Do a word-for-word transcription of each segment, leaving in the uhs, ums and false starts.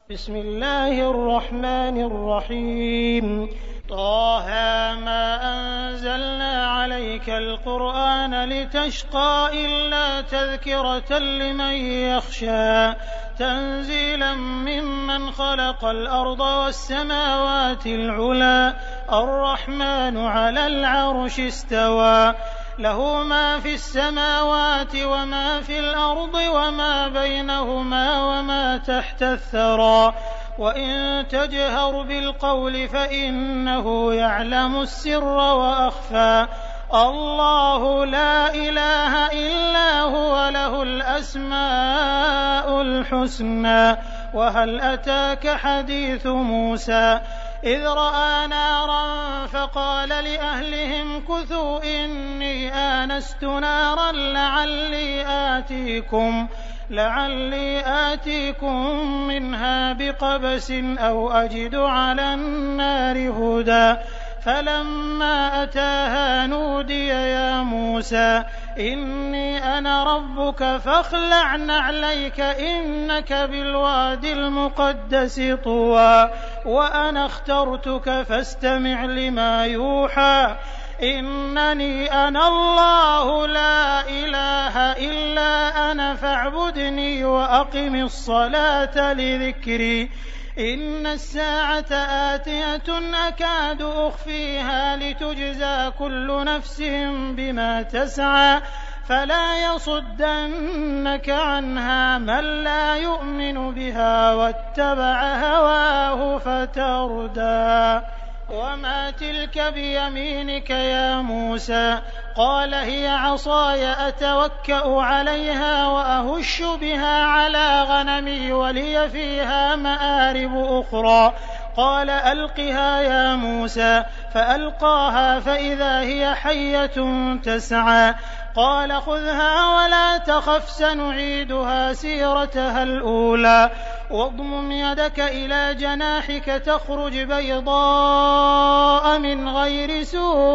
بسم الله الرحمن الرحيم طه ما أنزلنا عليك القرآن لتشقى إلا تذكرة لمن يخشى تنزيلا ممن خلق الأرض والسماوات العلى الرحمن على العرش استوى له ما في السماوات وما في الأرض وما بينهما وما تحت الثرى وإن تجهر بالقول فإنه يعلم السر وأخفى الله لا إله إلا هو له الأسماء الحسنى وهل أتاك حديث موسى إذ رأى نارا فقال لأهلهم كثوا إني آنست نارا لعلي آتيكم لعلي آتيكم منها بقبس أو أجد على النار هدى فلما أتاها نودي يا موسى إني أنا ربك فاخلع نعليك إنك بالوادي المقدس طوى وأنا اخترتك فاستمع لما يوحى إنني أنا الله لا إله إلا أنا فاعبدني وأقم الصلاة لذكري إن الساعة آتية أكاد أخفيها لتجزى كل نفس بما تسعى فلا يصدنك عنها من لا يؤمن بها واتبع هواه فتردى وما تلك بيمينك يا موسى قال هي عصاي أتوكأ عليها وأهش بها على غنمي ولي فيها مآرب أخرى قال ألقها يا موسى فألقاها فإذا هي حية تسعى قال خذها ولا تخف سنعيدها سيرتها الأولى واضمم يدك إلى جناحك تخرج بيضاء من غير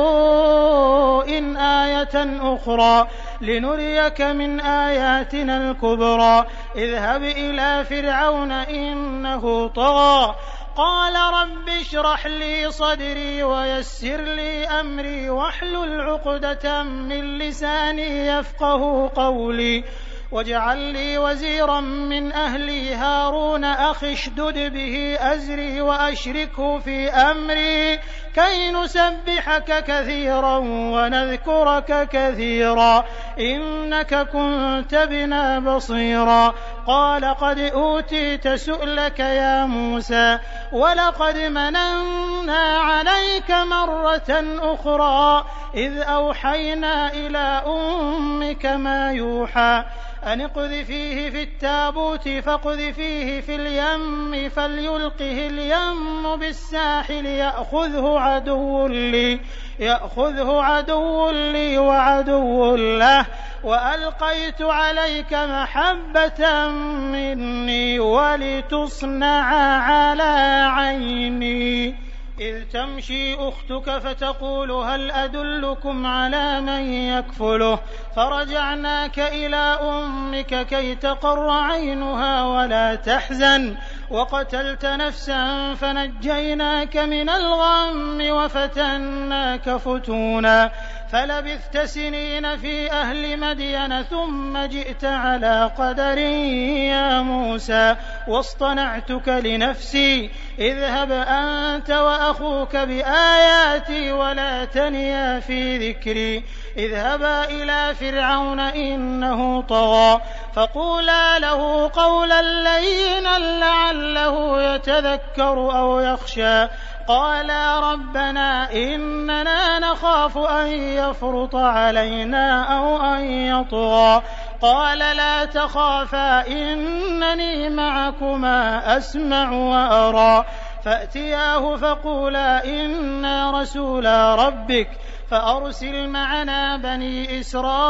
سوء آية أخرى لنريك من آياتنا الكبرى اذهب إلى فرعون إنه طغى قال رب اشرح لي صدري ويسر لي أمري واحلل عقدة من لساني يفقه قولي واجعل لي وزيرا من أهلي هارون أخي اشدد به أزري وأشركه في أمري كي نسبحك كثيرا ونذكرك كثيرا إنك كنت بنا بصيرا قال قد أوتيت سؤلك يا موسى ولقد مننا عليك مرة أخرى إذ أوحينا إلى أمك ما يوحى أن اقذفيه في التابوت فاقذفيه في اليم فليلقه اليم بالساحل يأخذه عدو لي يأخذه عدو لي وعدو له وألقيت عليك محبة مني ولتصنع على عيني إذ تمشي أختك فتقول هل أدلكم على من يكفله فرجعناك إلى أمك كي تقر عينها ولا تحزن وقتلت نفسا فنجيناك من الغم وفتناك فتونا فلبثت سنين في أهل مدين ثم جئت على قدر يا موسى واصطنعتك لنفسي اذهب أنت وأخوك بآياتي ولا تنيا في ذكري اذهبا إلى فرعون إنه طغى فقولا له قولا لينا لعله يتذكر أو يخشى قالا ربنا إننا نخاف أن يفرط علينا أو أن يطغى قال لا تخافا إنني معكما أسمع وأرى فأتياه فقولا إنا رسولا ربك فأرسل معنا بني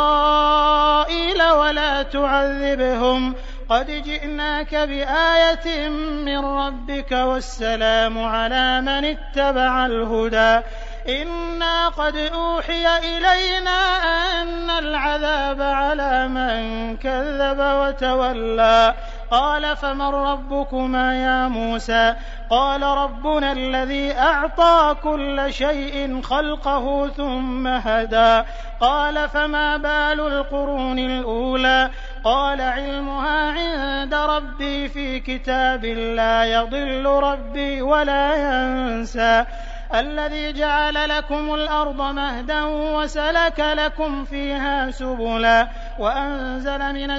إسرائيل ولا تعذبهم قد جئناك بآية من ربك والسلام على من اتبع الهدى إنا قد أوحي إلينا أن العذاب على من كذب وتولى قال فمن ربكما يا موسى قال ربنا الذي أعطى كل شيء خلقه ثم هدى قال فما بال القرون الأولى قال علمها عند ربي في كتاب لا يضل ربي ولا ينسى الذي جعل لكم الأرض مهدا وسلك لكم فيها سبلا وأنزل من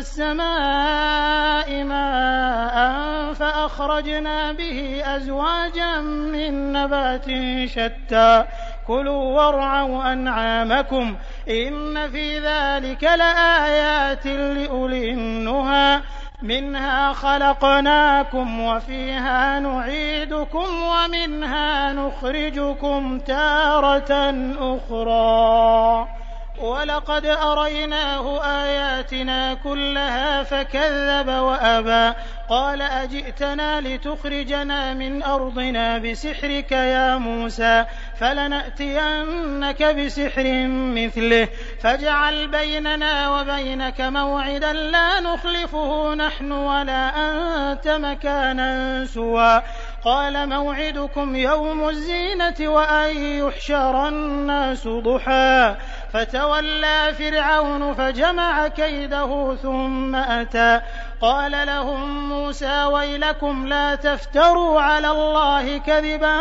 السماء ماء فأخرجنا به أزواجا من نبات شتى كلوا وارعوا أنعامكم إن في ذلك لآيات لأولي النهى منها خلقناكم وفيها نعيدكم ومنها نخرجكم تارة أخرى ولقد أريناه آياتنا كلها فكذب وأبى قال أجئتنا لتخرجنا من أرضنا بسحرك يا موسى فلنأتينك بسحر مثله فاجعل بيننا وبينك موعدا لا نخلفه نحن ولا أنت مكانا سوى قال موعدكم يوم الزينة وأن يحشر الناس ضحى فتولى فرعون فجمع كيده ثم أتى قال لهم موسى ويلكم لا تفتروا على الله كذبا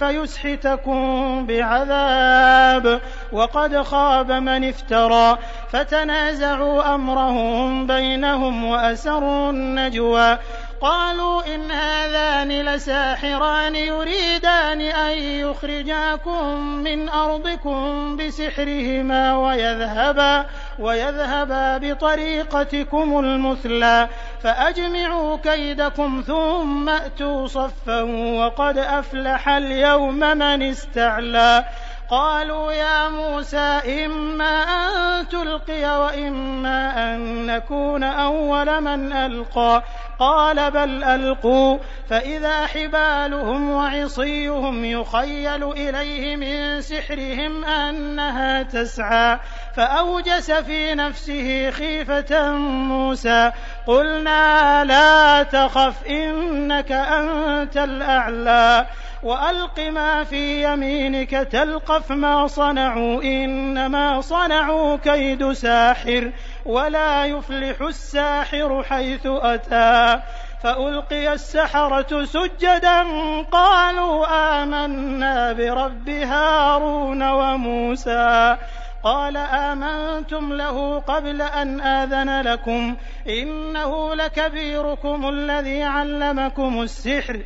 فيسحتكم بعذاب وقد خاب من افترى فتنازعوا أمرهم بينهم وأسروا النجوى قالوا إن هذان لساحران يريدان أن يخرجاكم من أرضكم بسحرهما ويذهبا, ويذهبا بطريقتكم المثلى فأجمعوا كيدكم ثم أتوا صفا وقد أفلح اليوم من استعلى قالوا يا موسى إما أن تلقي وإما أن نكون أول من ألقى قال بل ألقوا فإذا حبالهم وعصيهم يخيل إليه من سحرهم أنها تسعى فأوجس في نفسه خيفة موسى قلنا لا تخف إنك أنت الأعلى وألق ما في يمينك تلقف ما صنعوا إنما صنعوا كيد ساحر ولا يفلح الساحر حيث أتى فألقي السحرة سجدا قالوا آمنا برب هارون وموسى قال آمنتم له قبل أن آذن لكم إنه لكبيركم الذي علمكم السحر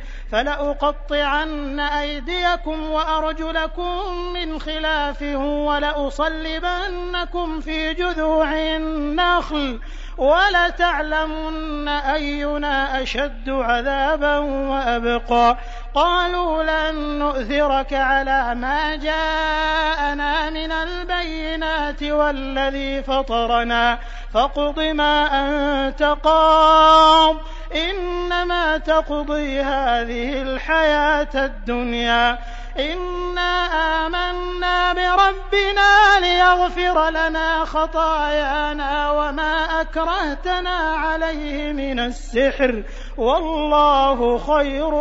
فلأقطعن أيديكم وأرجلكم من خلاف ولأصلبنكم في جذوع النخل ولتعلمن أينا أشد عذابا وأبقى قالوا لن نؤثرك على ما جاءنا من البينات والذي فطرنا فاقض ما أنت قاض إنما تقضي هذه الحياة الدنيا إنا آمنا بربنا ليغفر لنا خطايانا وما أكرهتنا عليه من السحر والله خير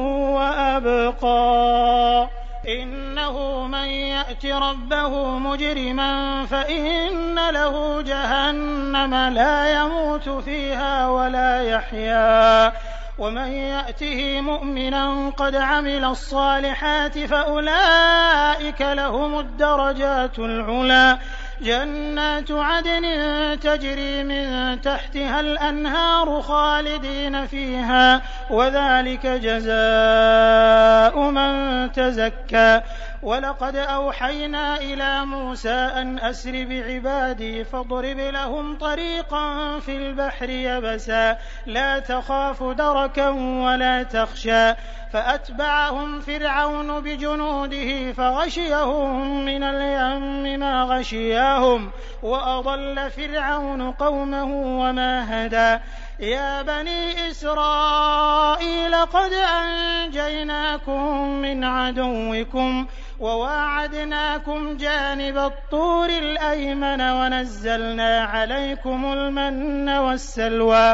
وأبقى إنه من يأت ربه مجرما فإن له جهنم لا يموت فيها ولا يحيا ومن يأته مؤمنا قد عمل الصالحات فأولئك لهم الدرجات العلى جنات عدن تجري من تحتها الأنهار خالدين فيها وذلك جزاء من تزكى ولقد أوحينا إلى موسى أن أسر بعبادي فاضرب لهم طريقا في البحر يبسا لا تخاف دركا ولا تخشى فأتبعهم فرعون بجنوده فغشيهم من اليم ما غشياهم وأضل فرعون قومه وما هدى يا بني إسرائيل قد أنجيناكم من عدوكم وواعدناكم جانب الطور الأيمن ونزلنا عليكم المن والسلوى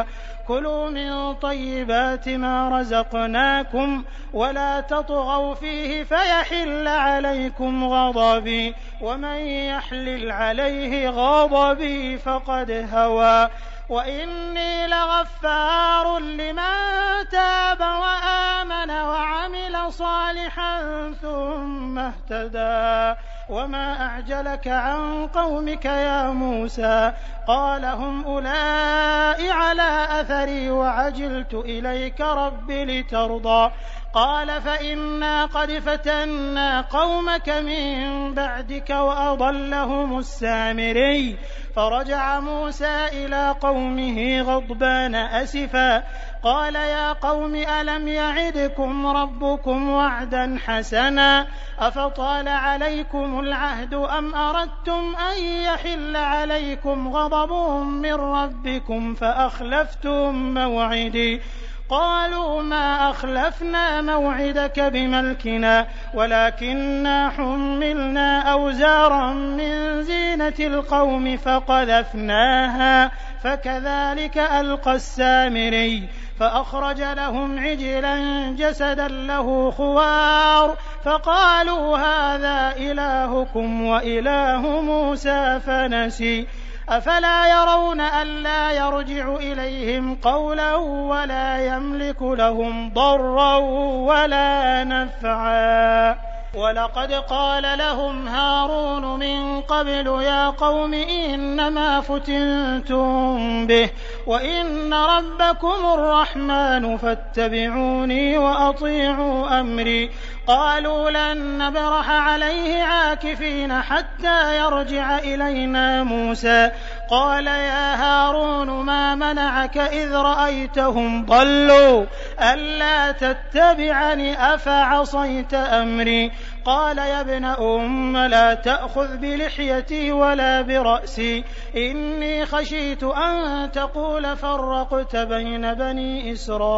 كلوا من طيبات ما رزقناكم ولا تطغوا فيه فيحل عليكم غضبي ومن يحلل عليه غضبي فقد هوى وإني لغفار لمن تاب وآمن وعمل صالحا ثم اهتدى وما أعجلك عن قومك يا موسى قال هم أولئك على أثري وعجلت إليك رب لترضى قال فإنا قد فتنا قومك من بعدك وأضلهم السامري فرجع موسى إلى قومه غضبان أسفا قال يا قوم ألم يعدكم ربكم وعدا حسنا أفطال عليكم العهد أم أردتم أن يحل عليكم غضب من ربكم فأخلفتم موعدي قالوا ما أخلفنا موعدك بملكنا ولكننا حملنا أوزارا من زينة القوم فقذفناها فكذلك ألقى السامري فأخرج لهم عجلا جسدا له خوار فقالوا هذا إلهكم وإله موسى فنسي أفلا يرون ألا يرجع إليهم قولا ولا يملك لهم ضرا ولا نفعا ولقد قال لهم هارون من قبل يا قوم إنما فتنتم به وإن ربكم الرحمن فاتبعوني وأطيعوا أمري قالوا لن نبرح عليه عاكفين حتى يرجع إلينا موسى قال يا هارون ما منعك إذ رأيتهم ضلوا ألا تتبعني أفعصيت أمري قال يا ابن أم لا تأخذ بلحيتي ولا برأسي إني خشيت أن تقول فرقت بين بني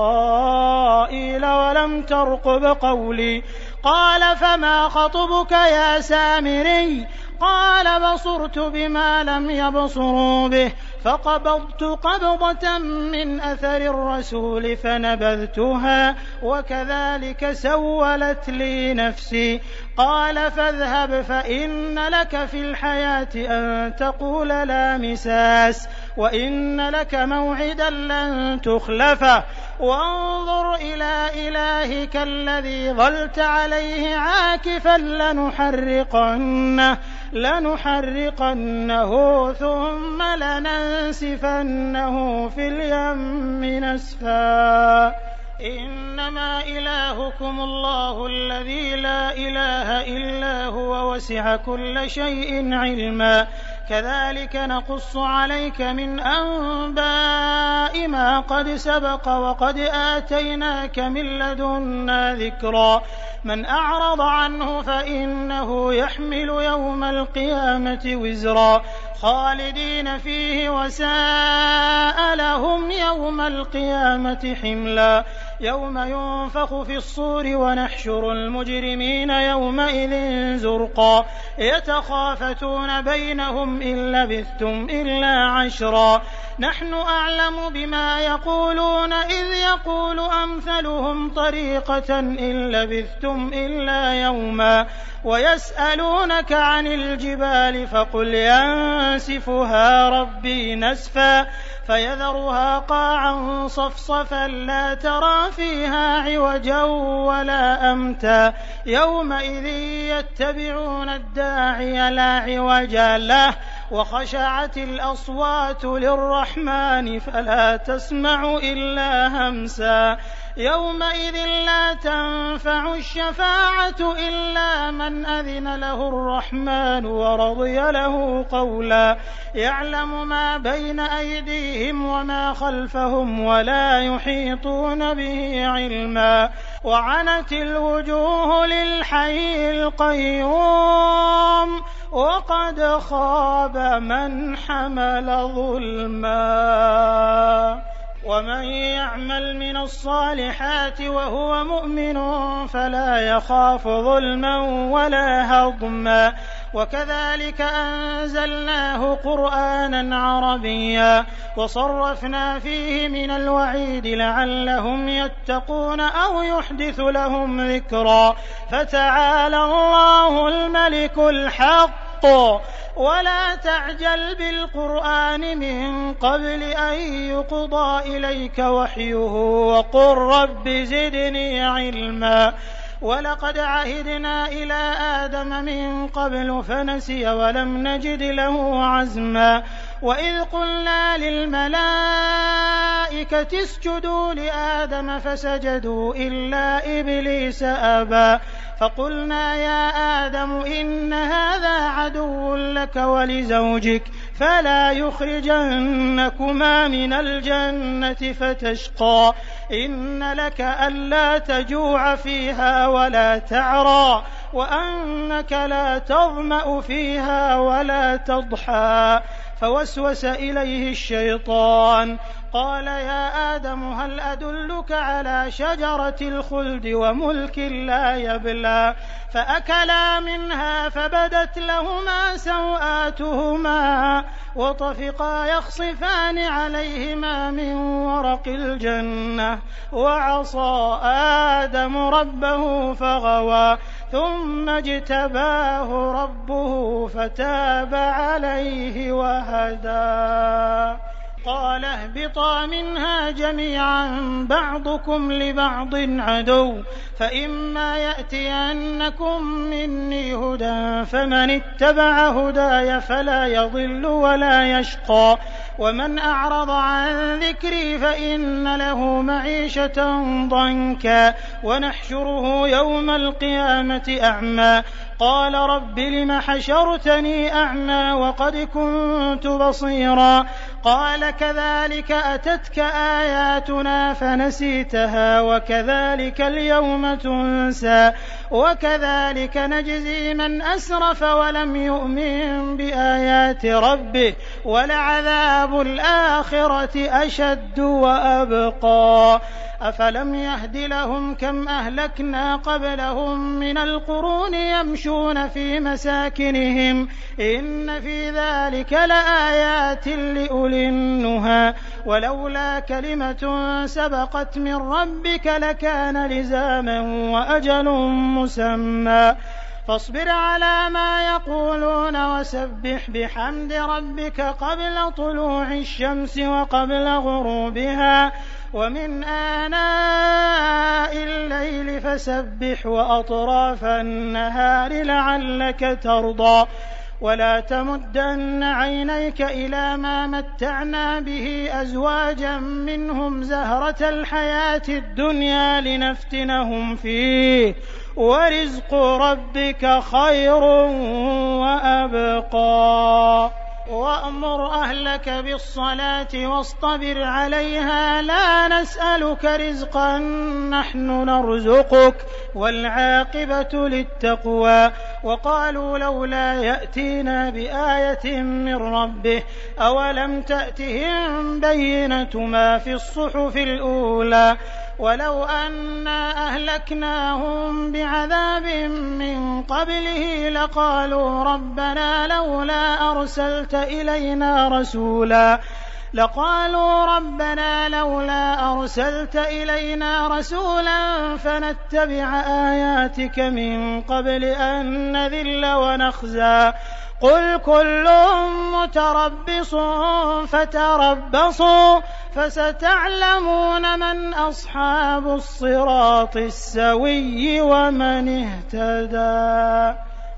إسرائيل ولم ترقب قولي قال فما خطبك يا سامري قال بصرت بما لم يبصروا به فقبضت قبضة من أثر الرسول فنبذتها وكذلك سولت لي نفسي قال فاذهب فإن لك في الحياة أن تقول لا مساس وإن لك موعدا لن تخلفه وانظر إلى إلهك الذي ظلت عليه عاكفا لنحرقنه لنحرقنه ثم لننسفنه في اليم نسفا إنما إلهكم الله الذي لا إله إلا هو وسع كل شيء علما كذلك نقص عليك من أنباء ما قد سبق وقد آتيناك من لدنا ذكرا من أعرض عنه فإنه يحمل يوم القيامة وزرا خالدين فيه وساء لهم يوم القيامة حملا يوم ينفخ في الصور ونحشر المجرمين يومئذ زرقا يتخافتون بينهم إن لبثتم إلا عشرا نحن أعلم بما يقولون إذ يقول أمثلهم طريقة إن لبثتم إلا يوما ويسألونك عن الجبال فقل ينسفها ربي نسفا فيذرها قاعا صفصفا لا ترى فيها عوجا ولا أمتا يومئذ يتبعون الداعي لا عوج له وخشعت الأصوات للرحمن فلا تسمع إلا همسا يومئذ لا تنفع الشفاعة إلا من أذن له الرحمن ورضي له قولا يعلم ما بين أيديهم وما خلفهم ولا يحيطون به علما وعنت الوجوه للحي القيوم وقد خاب من حمل ظلما ومن يعمل من الصالحات وهو مؤمن فلا يخاف ظلما ولا هضما وكذلك أنزلناه قرآنا عربيا وصرفنا فيه من الوعيد لعلهم يتقون أو يحدث لهم ذكرا فتعالى الله الملك الحق ولا تعجل بالقرآن من قبل أن يقضى إليك وحيه وقل رب زدني علما ولقد عهدنا إلى آدم من قبل فنسي ولم نجد له عزما وإذ قلنا للملائكة اسجدوا لآدم فسجدوا إلا إبليس أبى فقلنا يا آدم إن هذا عدو لك ولزوجك فلا يخرجنكما من الجنة فتشقى إن لك ألا تجوع فيها ولا تعرى وأنك لا تظمأ فيها ولا تضحى فوسوس إليه الشيطان قال يا آدم هل أدلك على شجرة الخلد وملك لا يبلى فأكلا منها فبدت لهما سوآتهما وطفقا يخصفان عليهما من ورق الجنة وعصى آدم ربه فغوى ثم اجتباه ربه فتاب عليه وهدى قال اهبطا منها جميعا بعضكم لبعض عدو فإما يأتينكم مني هدى فمن اتبع هداي فلا يضل ولا يشقى ومن أعرض عن ذكري فإن له معيشة ضنكا ونحشره يوم القيامة أعمى قال رب لم حشرتني أعمى وقد كنت بصيرا قال كذلك أتتك آياتنا فنسيتها وكذلك اليوم تنسى وكذلك نجزي من أسرف ولم يؤمن بآيات ربه ولعذاب الآخرة أشد وأبقى أفلم يهد لهم كم أهلكنا قبلهم من القرون يمشون في مساكنهم إن في ذلك لآيات لأولي النهى ولولا كلمة سبقت من ربك لكان لزاما وأجل مسمى فاصبر على ما يقولون وسبح بحمد ربك قبل طلوع الشمس وقبل غروبها ومن آناء الليل فسبح وأطراف النهار لعلك ترضى ولا تمدن عينيك إلى ما متعنا به أزواجا منهم زهرة الحياة الدنيا لنفتنهم فيه ورزق ربك خير وأبقى وأمر أهلك بالصلاة واصطبر عليها لا نسألك رزقا نحن نرزقك والعاقبة للتقوى وقالوا لولا يأتينا بآية من ربه أولم تأتهم بينة ما في الصحف الأولى ولو أنا أهلكناهم بعذاب من قبله لقالوا ربنا لولا أرسلت إلينا رسولا لقالوا ربنا لولا أرسلت إلينا رسولا فنتبع آياتك من قبل أن نذل ونخزى قل كل متربص فتربصوا فستعلمون من أصحاب الصراط السوي ومن اهتدى.